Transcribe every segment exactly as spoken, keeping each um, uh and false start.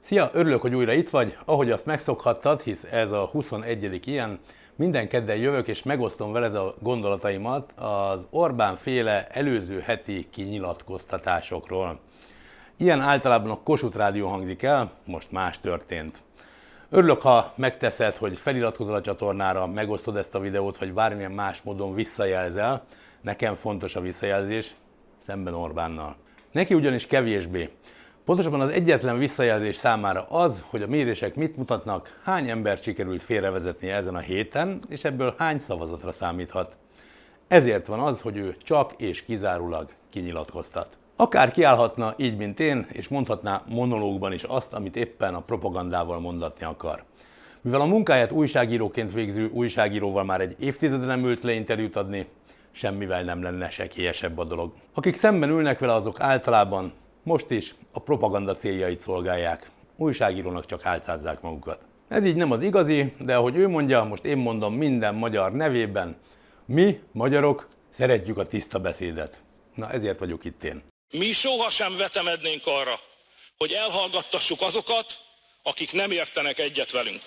Szia, örülök, hogy újra itt vagy. Ahogy azt megszokhattad, hisz ez a huszonegyedik ilyen, minden kedden jövök és megosztom veled a gondolataimat az Orbán féle előző heti kinyilatkoztatásokról. Ilyen általában a Kossuth Rádió hangzik el, most más történt. Örülök, ha megteszed, hogy feliratkozol a csatornára, megosztod ezt a videót, vagy bármilyen más módon visszajelzel. Nekem fontos a visszajelzés, szemben Orbánnal. Neki ugyanis kevésbé. Pontosabban az egyetlen visszajelzés számára az, hogy a mérések mit mutatnak, hány embert sikerült félrevezetnie ezen a héten, és ebből hány szavazatra számíthat. Ezért van az, hogy ő csak és kizárólag kinyilatkoztat. Akár kiállhatna így, mint én, és mondhatná monológban is azt, amit éppen a propagandával mondatni akar. Mivel a munkáját újságíróként végző újságíróval már egy évtizede nem ült le interjút adni, semmivel nem lenne sekélyesebb a dolog. Akik szemben ülnek vele, azok általában most is a propaganda céljait szolgálják. Újságírónak csak álcázzák magukat. Ez így nem az igazi, de ahogy ő mondja, most én mondom minden magyar nevében, mi, magyarok, szeretjük a tiszta beszédet. Na ezért vagyok itt én. Mi sohasem vetemednénk arra, hogy elhallgattassuk azokat, akik nem értenek egyet velünk.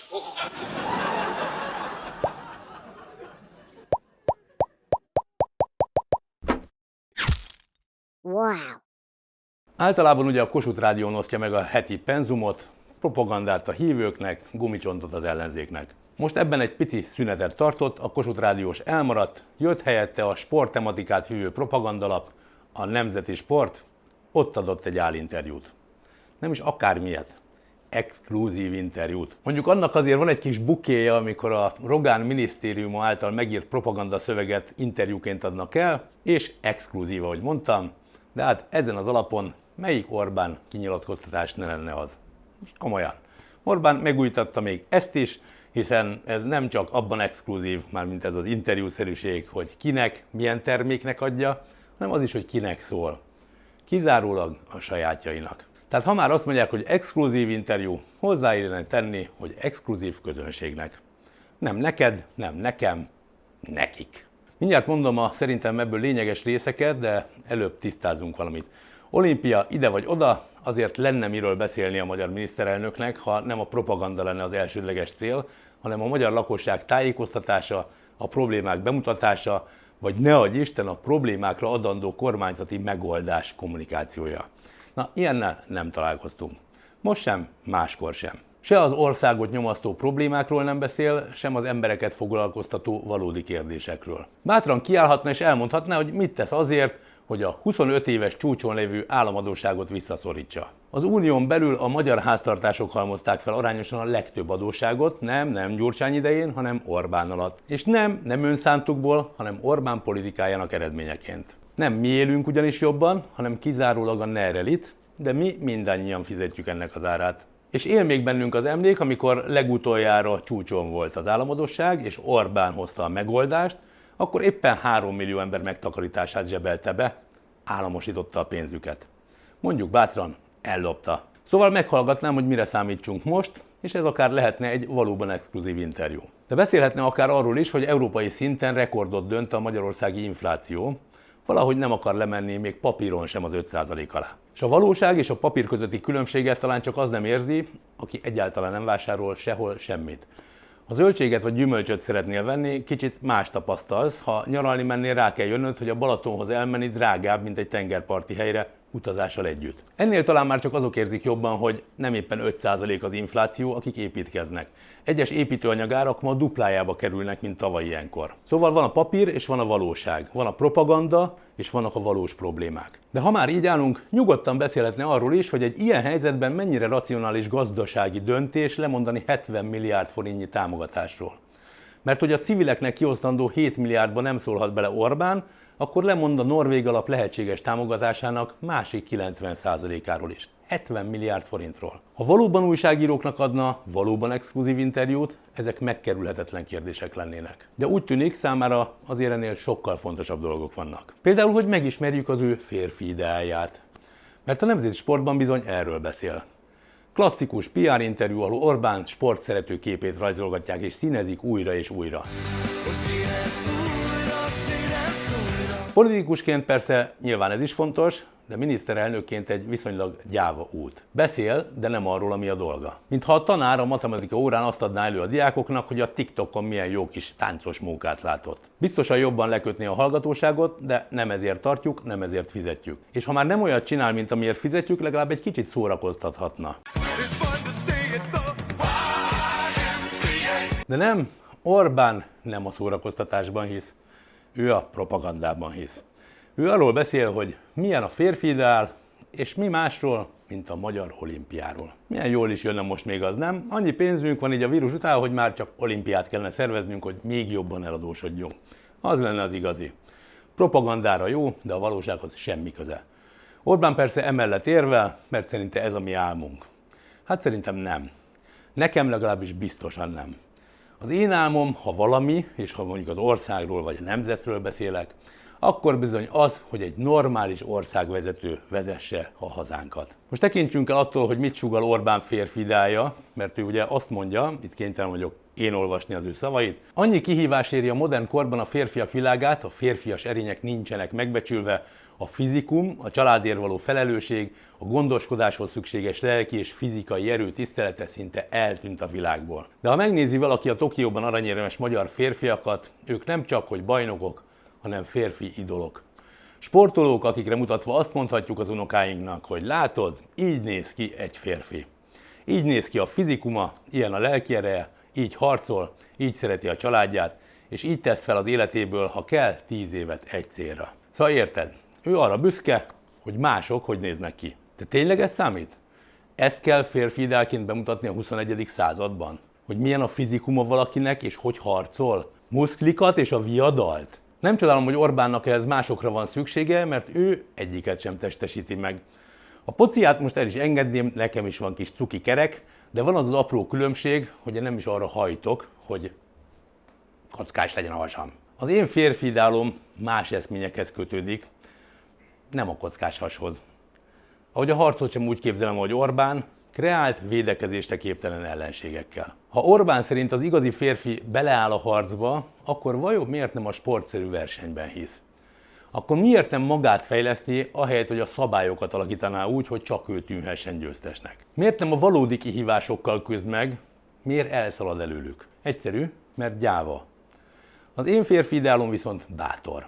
Wow! Általában ugye a Kossuth Rádión osztja meg a heti penzumot, propagandát a hívőknek, gumicsontot az ellenzéknek. Most ebben egy pici szünetet tartott, a Kossuth Rádiós elmaradt, jött helyette a sporttematikát hívő propagandalap, a Nemzeti Sport, ott adott egy álinterjút. Nem is akármilyet, exkluzív interjút. Mondjuk annak azért van egy kis bukéja, amikor a Rogán minisztériuma által megírt propaganda szöveget interjúként adnak el, és exkluzív, ahogy mondtam, de hát ezen az alapon melyik Orbán kinyilatkoztatás ne lenne az? Most komolyan. Orbán megújtatta még ezt is, hiszen ez nem csak abban exkluzív, mármint ez az interjúszerűség, hogy kinek, milyen terméknek adja, hanem az is, hogy kinek szól. Kizárólag a sajátjainak. Tehát ha már azt mondják, hogy exkluzív interjú, hozzáírni tenni, hogy exkluzív közönségnek. Nem neked, nem nekem, nekik. Mindjárt mondom a szerintem ebből lényeges részeket, de előbb tisztázunk valamit. Olimpia ide vagy oda, azért lenne miről beszélni a magyar miniszterelnöknek, ha nem a propaganda lenne az elsődleges cél, hanem a magyar lakosság tájékoztatása, a problémák bemutatása, vagy ne adj Isten a problémákra adandó kormányzati megoldás kommunikációja. Na, ilyennel nem találkoztunk. Most sem, máskor sem. Se az országot nyomasztó problémákról nem beszél, sem az embereket foglalkoztató valódi kérdésekről. Bátran kiállhatna és elmondhatná, hogy mit tesz azért, hogy a huszonöt éves csúcson lévő államadósságot visszaszorítsa. Az unión belül a magyar háztartások halmozták fel arányosan a legtöbb adósságot, nem, nem Gyurcsány idején, hanem Orbán alatt. És nem, nem önszántukból, hanem Orbán politikájának eredményeként. Nem mi élünk ugyanis jobban, hanem kizárólag a NER elit, de mi mindannyian fizetjük ennek az árát. És él még bennünk az emlék, amikor legutoljára csúcson volt az államadósság, és Orbán hozta a megoldást, akkor éppen három millió ember megtakarítását zsebelte be, államosította a pénzüket. Mondjuk bátran, ellopta. Szóval meghallgatnám, hogy mire számítsunk most, és ez akár lehetne egy valóban exkluzív interjú. De beszélhetne akár arról is, hogy európai szinten rekordot dönt a magyarországi infláció, valahogy nem akar lemenni még papíron sem az öt százalék alá. És a valóság és a papír közötti különbséget talán csak az nem érzi, aki egyáltalán nem vásárol sehol semmit. Ha zöldséget vagy gyümölcsöt szeretnél venni, kicsit más tapasztalsz, ha nyaralni mennél, rá kell jönnöd, hogy a Balatonhoz elmenni drágább, mint egy tengerparti helyre utazással együtt. Ennél talán már csak azok érzik jobban, hogy nem éppen öt százalék az infláció, akik építkeznek. Egyes építőanyagárak ma duplájába kerülnek, mint tavaly ilyenkor. Szóval van a papír és van a valóság, van a propaganda és vannak a valós problémák. De ha már így állunk, nyugodtan beszélhetne arról is, hogy egy ilyen helyzetben mennyire racionális gazdasági döntés lemondani hetven milliárd forintnyi támogatásról. Mert hogy a civileknek kiosztandó hét milliárdba nem szólhat bele Orbán, akkor lemond a norvég alap lehetséges támogatásának másik kilencven százalékáról is. hetven milliárd forintról. Ha valóban újságíróknak adna valóban exkluzív interjút, ezek megkerülhetetlen kérdések lennének. De úgy tűnik, számára azért ennél sokkal fontosabb dolgok vannak. Például, hogy megismerjük az ő férfi ideáját. Mert a Nemzeti Sportban bizony erről beszél. Klasszikus pé er interjú, ahol Orbán sportszerető képét rajzolgatják és színezik újra és újra. Politikusként persze nyilván ez is fontos, de miniszterelnökként egy viszonylag gyáva út. Beszél, de nem arról, ami a dolga. Mintha a tanár a matematika órán azt adná elő a diákoknak, hogy a TikTokon milyen jó kis táncos mókát látott. Biztosan jobban lekötni a hallgatóságot, de nem ezért tartjuk, nem ezért fizetjük. És ha már nem olyat csinál, mint amiért fizetjük, legalább egy kicsit szórakoztathatna. De nem, Orbán nem a szórakoztatásban hisz, ő a propagandában hisz. Ő arról beszél, hogy milyen a férfi ideál, és mi másról, mint a magyar olimpiáról. Milyen jól is jönne most még az, nem? Annyi pénzünk van így a vírus után, hogy már csak olimpiát kellene szerveznünk, hogy még jobban eladósodjunk. Az lenne az igazi. Propagandára jó, de a valósághoz semmi köze. Orbán persze emellett érvel, mert szerinte ez a mi álmunk. Hát szerintem nem. Nekem legalábbis biztosan nem. Az én álmom, ha valami, és ha mondjuk az országról vagy a nemzetről beszélek, akkor bizony az, hogy egy normális országvezető vezesse a hazánkat. Most tekintsünk el attól, hogy mit sugall Orbán férfi ideája, mert ő ugye azt mondja, itt kénytelen vagyok én olvasni az ő szavait, annyi kihívás éri a modern korban a férfiak világát, a férfias erények nincsenek megbecsülve, a fizikum, a családért való felelősség, a gondoskodáshoz szükséges lelki és fizikai erő tisztelete szinte eltűnt a világból. De ha megnézi valaki a Tokióban aranyérmes magyar férfiakat, ők nem csak hogy bajnokok, hanem férfi idolok. Sportolók, akikre mutatva azt mondhatjuk az unokáinknak, hogy látod, így néz ki egy férfi. Így néz ki a fizikuma, ilyen a lelki ereje, így harcol, így szereti a családját, és így tesz fel az életéből, ha kell, tíz évet egy célra. Szóval érted? Ő arra büszke, hogy mások hogy néznek ki. De tényleg ez számít? Ezt kell férfi ideálként bemutatni a huszonegyedik században? Hogy milyen a fizikuma valakinek, és hogy harcol? Muszklikat és a viadalt? Nem csodálom, hogy Orbánnak ehhez másokra van szüksége, mert ő egyiket sem testesíti meg. A pociát most el is engedném, nekem is van kis cuki kerek, de van az az apró különbség, hogy én nem is arra hajtok, hogy kockás legyen a hasam. Az én férfi ideálom más eszményekhez kötődik, nem a kockás hashoz. Ahogy a harcot sem úgy képzelem, hogy Orbán, kreált védekezésre képtelen ellenségekkel. Ha Orbán szerint az igazi férfi beleáll a harcba, akkor vajon miért nem a sportszerű versenyben hisz? Akkor miért nem magát fejleszti, ahelyett, hogy a szabályokat alakítaná úgy, hogy csak ő tűnhessen győztesnek? Miért nem a valódi kihívásokkal küzd meg, miért elszalad előlük? Egyszerű, mert gyáva. Az én férfi ideálom viszont bátor,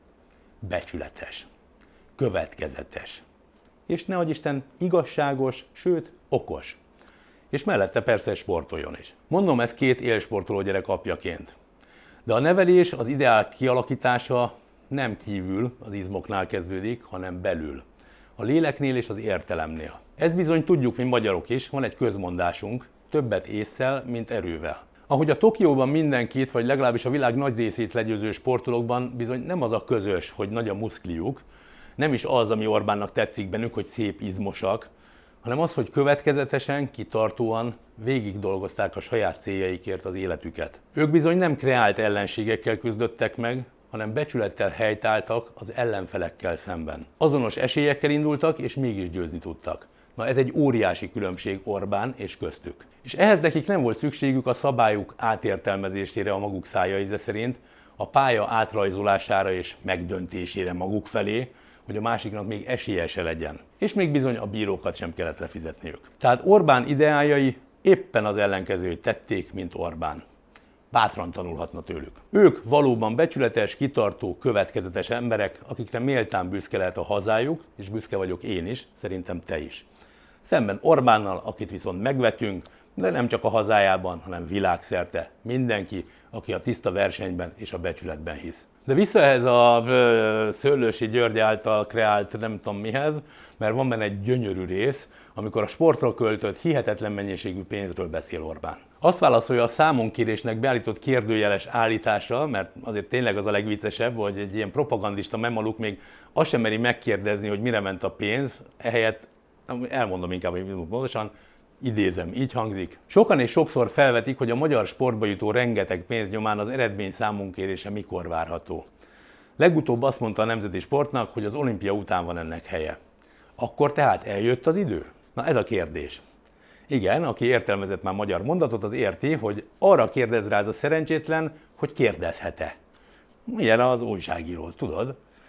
becsületes, következetes, és nehogy Isten igazságos, sőt okos. És mellette persze sportoljon is. Mondom ezt két élsportoló gyerek apjaként. De a nevelés, az ideál kialakítása nem kívül az izmoknál kezdődik, hanem belül. A léleknél és az értelemnél. Ez bizony tudjuk mi magyarok is, van egy közmondásunk, többet ésszel, mint erővel. Ahogy a Tokióban mindenkit, vagy legalábbis a világ nagy részét legyőző sportolókban bizony nem az a közös, hogy nagy a muszkliuk, nem is az, ami Orbánnak tetszik bennük, hogy szép izmosak, hanem az, hogy következetesen, kitartóan végig dolgozták a saját céljaikért az életüket. Ők bizony nem kreált ellenségekkel küzdöttek meg, hanem becsülettel helytáltak az ellenfelekkel szemben. Azonos esélyekkel indultak, és mégis győzni tudtak. Na ez egy óriási különbség Orbán és köztük. És ehhez nekik nem volt szükségük a szabályuk átértelmezésére a maguk szája íze szerint, a pálya átrajzolására és megdöntésére maguk felé, hogy a másiknak még esélye se legyen. És még bizony a bírókat sem kellett lefizetniük. Tehát Orbán ideájai éppen az ellenkezőjét tették, mint Orbán. Bátran tanulhatna tőlük. Ők valóban becsületes, kitartó, következetes emberek, akikre méltán büszke lehet a hazájuk, és büszke vagyok én is, szerintem te is. Szemben Orbánnal, akit viszont megvetünk, de nem csak a hazájában, hanem világszerte. Mindenki, aki a tiszta versenyben és a becsületben hisz. De vissza ehhez a Szőlősi György által kreált nem tudom mihez, mert van benne egy gyönyörű rész, amikor a sportra költött hihetetlen mennyiségű pénzről beszél Orbán. Azt válaszolja a számonkérésnek beállított kérdőjeles állítása, mert azért tényleg az a legviccesebb, hogy egy ilyen propagandista memaluk még azt sem meri megkérdezni, hogy mire ment a pénz, ehelyett elmondom inkább, hogy pontosan, idézem, így hangzik. Sokan és sokszor felvetik, hogy a magyar sportba jutó rengeteg pénz nyomán az eredmény számonkérése mikor várható. Legutóbb azt mondta a Nemzeti Sportnak, hogy az olimpia után van ennek helye. Akkor tehát eljött az idő? Na ez a kérdés. Igen, aki értelmezett már magyar mondatot, az érti, hogy arra kérdez rá ez a szerencsétlen, hogy kérdezhet-e. Milyen az újságíró, tudod?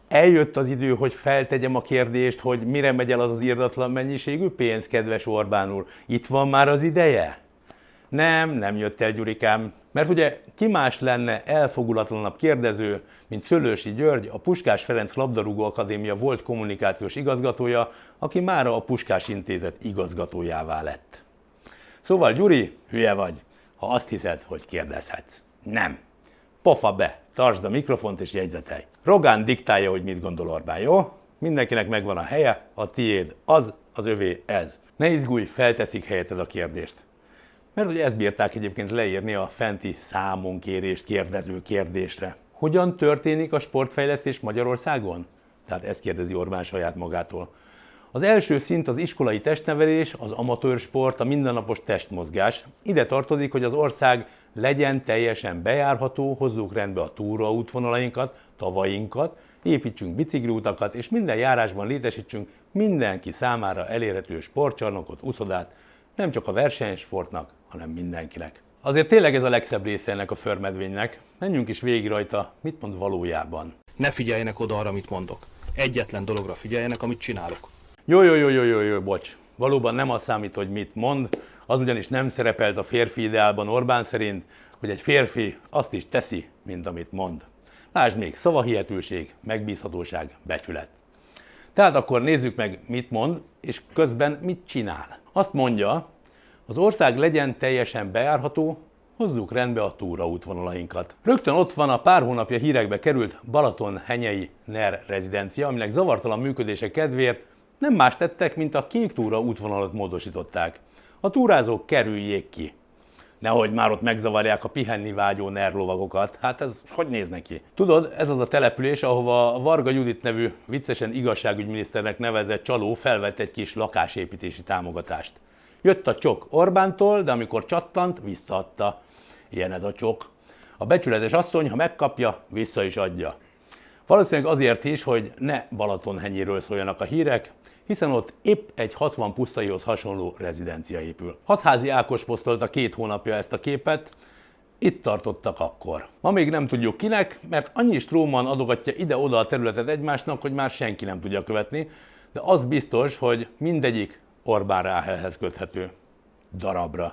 Eljött az idő, hogy feltegyem a kérdést, hogy mire megy el az az irdatlan mennyiségű pénz, kedves Orbán úr. Itt van már az ideje? Nem, nem jött el, Gyurikám. Mert ugye ki más lenne elfogulatlanabb kérdező, mint Szőlősi György, a Puskás Ferenc Labdarúgó Akadémia volt kommunikációs igazgatója, aki mára a Puskás Intézet igazgatójává lett. Szóval, Gyuri, hülye vagy, ha azt hiszed, hogy kérdezhetsz. Nem. Pofa be, tartsd a mikrofont és jegyzetelj. Rogán diktálja, hogy mit gondol Orbán, jó? Mindenkinek megvan a helye, a tiéd az, az övé ez. Ne izgulj, felteszik helyetted a kérdést. Mert ugye ezt bírták egyébként leírni a fenti számonkérést kérdező kérdésre. Hogyan történik a sportfejlesztés Magyarországon? Tehát ezt kérdezi Orbán saját magától. Az első szint az iskolai testnevelés, az amatőrsport, a mindennapos testmozgás. Ide tartozik, hogy az ország legyen teljesen bejárható, hozzuk rendbe a túraútvonalainkat, tavainkat, építsünk bicikliutakat, és minden járásban létesítsünk mindenki számára elérhető sportcsarnokot, uszodát, nem csak a versenysportnak, hanem mindenkinek. Azért tényleg ez a legszebb része ennek a förmedvénynek. Menjünk is végig rajta, mit mond valójában. Ne figyeljenek oda arra, amit mondok. Egyetlen dologra figyeljenek, amit csinálok. Jó, jó, jó, jó, jó, jó, bocs. Valóban nem az számít, hogy mit mond, az ugyanis nem szerepelt a férfi ideálban Orbán szerint, hogy egy férfi azt is teszi, mint amit mond. Lásd még, szavahihetőség, megbízhatóság, becsület. Tehát akkor nézzük meg, mit mond, és közben mit csinál. Azt mondja, az ország legyen teljesen bejárható, hozzuk rendbe a túraútvonalainkat. Rögtön ott van a pár hónapja hírekbe került Balatonhenyei NER rezidencia, aminek zavartalan működése kedvéért nem más tettek, mint a kék túra útvonalat módosították. A túrázók kerüljék ki. Nehogy már ott megzavarják a pihenni vágyó NER lovagokat. Hát ez hogy néz neki? Tudod, ez az a település, ahova a Varga Judit nevű viccesen igazságügyminiszternek nevezett csaló felvett egy kis lakásépítési támogatást. Jött a csok Orbántól, de amikor csattant, visszaadta. Ilyen ez a csok. A becsületes asszony, ha megkapja, vissza is adja. Valószínűleg azért is, hogy ne Balatonhenyéről szóljanak a hírek, hiszen ott épp egy hatvan pusztaihoz hasonló rezidencia épül. Hatházi Ákos posztolta két hónapja ezt a képet, itt tartottak akkor. Ma még nem tudjuk kinek, mert annyi stróman adogatja ide-oda a területet egymásnak, hogy már senki nem tudja követni, de az biztos, hogy mindegyik Orbán Ráhelhez köthető. Darabra.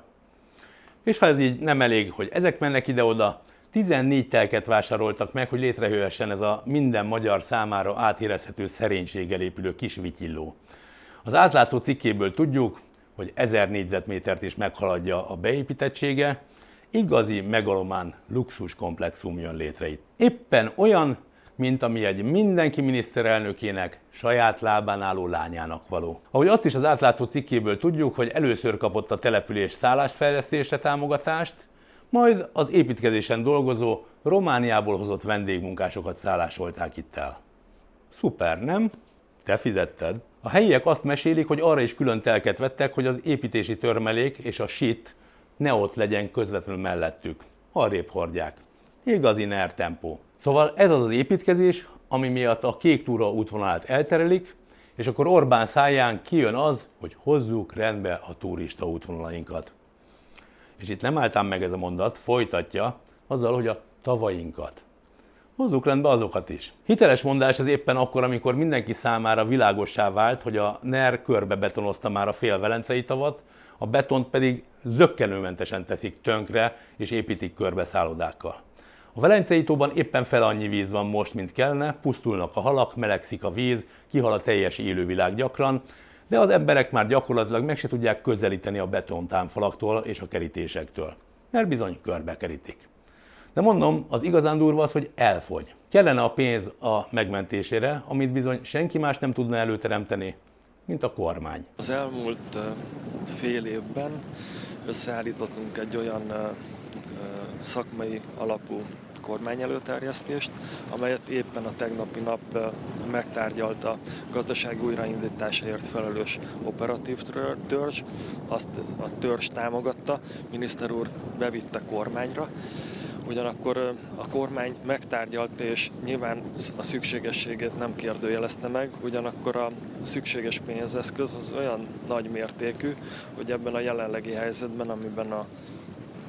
És ha ez így nem elég, hogy ezek mennek ide-oda, tizennégy telket vásároltak meg, hogy létrejöhessen ez a minden magyar számára átérezhető szerénységgel épülő kis vityilló. Az átlátszó cikkéből tudjuk, hogy ezer négyzetmétert is meghaladja a beépítettsége, igazi megalomán luxus komplexum jön létre itt. Éppen olyan, mint ami egy mindenki miniszterelnökének saját lábán álló lányának való. Ahogy azt is az átlátszó cikkéből tudjuk, hogy először kapott a település szállásfejlesztésre támogatást, majd az építkezésen dolgozó Romániából hozott vendégmunkásokat szállásolták itt el. Szuper, nem? Te fizetted. A helyiek azt mesélik, hogy arra is külön telket vettek, hogy az építési törmelék és a sit ne ott legyen közvetlenül mellettük. Arrébb hordják. Igazi NER tempó. Szóval ez az az építkezés, ami miatt a kék túra útvonalát elterelik, és akkor Orbán száján kijön az, hogy hozzuk rendbe a turista útvonalainkat. És itt nem álltam meg ez a mondat, folytatja azzal, hogy a tavainkat. Hozzuk rendbe azokat is. Hiteles mondás ez éppen akkor, amikor mindenki számára világossá vált, hogy a NER körbe betonozta már a fél Velencei tavat, a betont pedig zökkenőmentesen teszik tönkre és építik körbe szállodákkal. A Velencei tóban éppen fel annyi víz van most, mint kellene, pusztulnak a halak, melegszik a víz, kihal a teljes élővilág gyakran, de az emberek már gyakorlatilag meg se tudják közelíteni a betontámfalaktól és a kerítésektől, mert bizony körbe kerítik. De mondom, az igazán durva az, hogy elfogy. Kellene a pénz a megmentésére, amit bizony senki más nem tudna előteremteni, mint a kormány. Az elmúlt fél évben összeállítottunk egy olyan szakmai alapú kormányelőterjesztést, amelyet éppen a tegnapi nap megtárgyalt a gazdasági újraindításáért felelős operatív törzs. Azt a törzs támogatta, miniszter úr bevitte kormányra. Ugyanakkor a kormány megtárgyalt, és nyilván a szükségességét nem kérdőjelezte meg, ugyanakkor a szükséges pénzeszköz az olyan nagy mértékű, hogy ebben a jelenlegi helyzetben, amiben a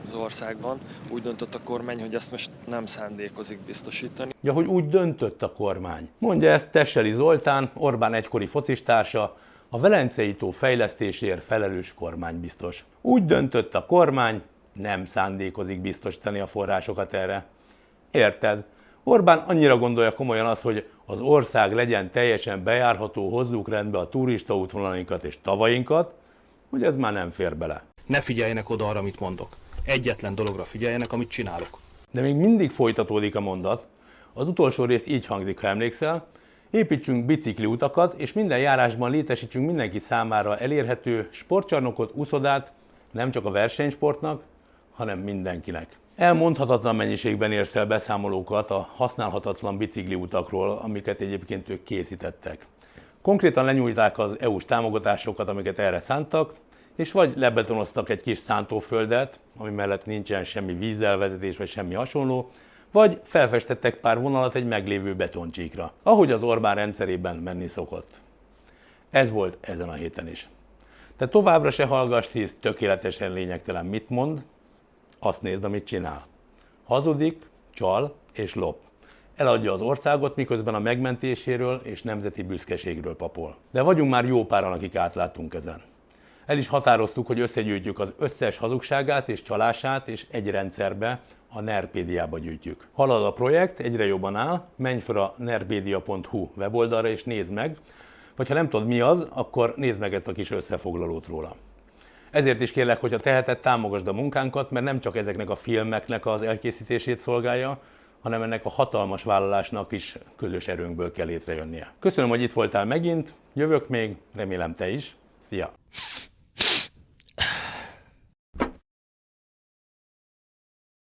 az országban. Úgy döntött a kormány, hogy ezt most nem szándékozik biztosítani. Ja, hogy úgy döntött a kormány. Mondja ezt Tessely Zoltán, Orbán egykori focistársa, a Velencei tó fejlesztésért felelős kormánybiztos. Úgy döntött a kormány, nem szándékozik biztosítani a forrásokat erre. Érted? Orbán annyira gondolja komolyan azt, hogy az ország legyen teljesen bejárható, hozzuk rendbe a turista útvonalainkat és tavainkat, hogy ez már nem fér bele. Ne figyeljenek oda arra, amit mondok. Egyetlen dologra figyeljenek, amit csinálok. De még mindig folytatódik a mondat. Az utolsó rész így hangzik, ha emlékszel. Építsünk bicikliutakat, és minden járásban létesítsünk mindenki számára elérhető sportcsarnokot, úszodát, nem csak a versenysportnak, hanem mindenkinek. Elmondhatatlan mennyiségben érsz el beszámolókat a használhatatlan bicikliutakról, amiket egyébként ők készítettek. Konkrétan lenyújták az é u-s támogatásokat, amiket erre szántak, és vagy lebetonoztak egy kis szántóföldet, ami mellett nincsen semmi vízelvezetés vagy semmi hasonló, vagy felfestettek pár vonalat egy meglévő betoncsíkra, ahogy az Orbán rendszerében menni szokott. Ez volt ezen a héten is. Te továbbra se hallgass, hisz tökéletesen lényegtelen mit mond, azt nézd, amit csinál. Hazudik, csal és lop. Eladja az országot, miközben a megmentéséről és nemzeti büszkeségről papol. De vagyunk már jó páran, akik átláttunk ezen. El is határoztuk, hogy összegyűjtjük az összes hazugságát és csalását, és egy rendszerbe, a Nerpédiába gyűjtjük. Halad a projekt, egyre jobban áll, menj fel a nerpedia pont hu weboldalra és nézd meg, vagy ha nem tudod mi az, akkor nézd meg ezt a kis összefoglalót róla. Ezért is kérlek, hogyha teheted, támogasd a munkánkat, mert nem csak ezeknek a filmeknek az elkészítését szolgálja, hanem ennek a hatalmas vállalásnak is közös erőnkből kell létrejönnie. Köszönöm, hogy itt voltál megint, jövök még, remélem te is. Szia!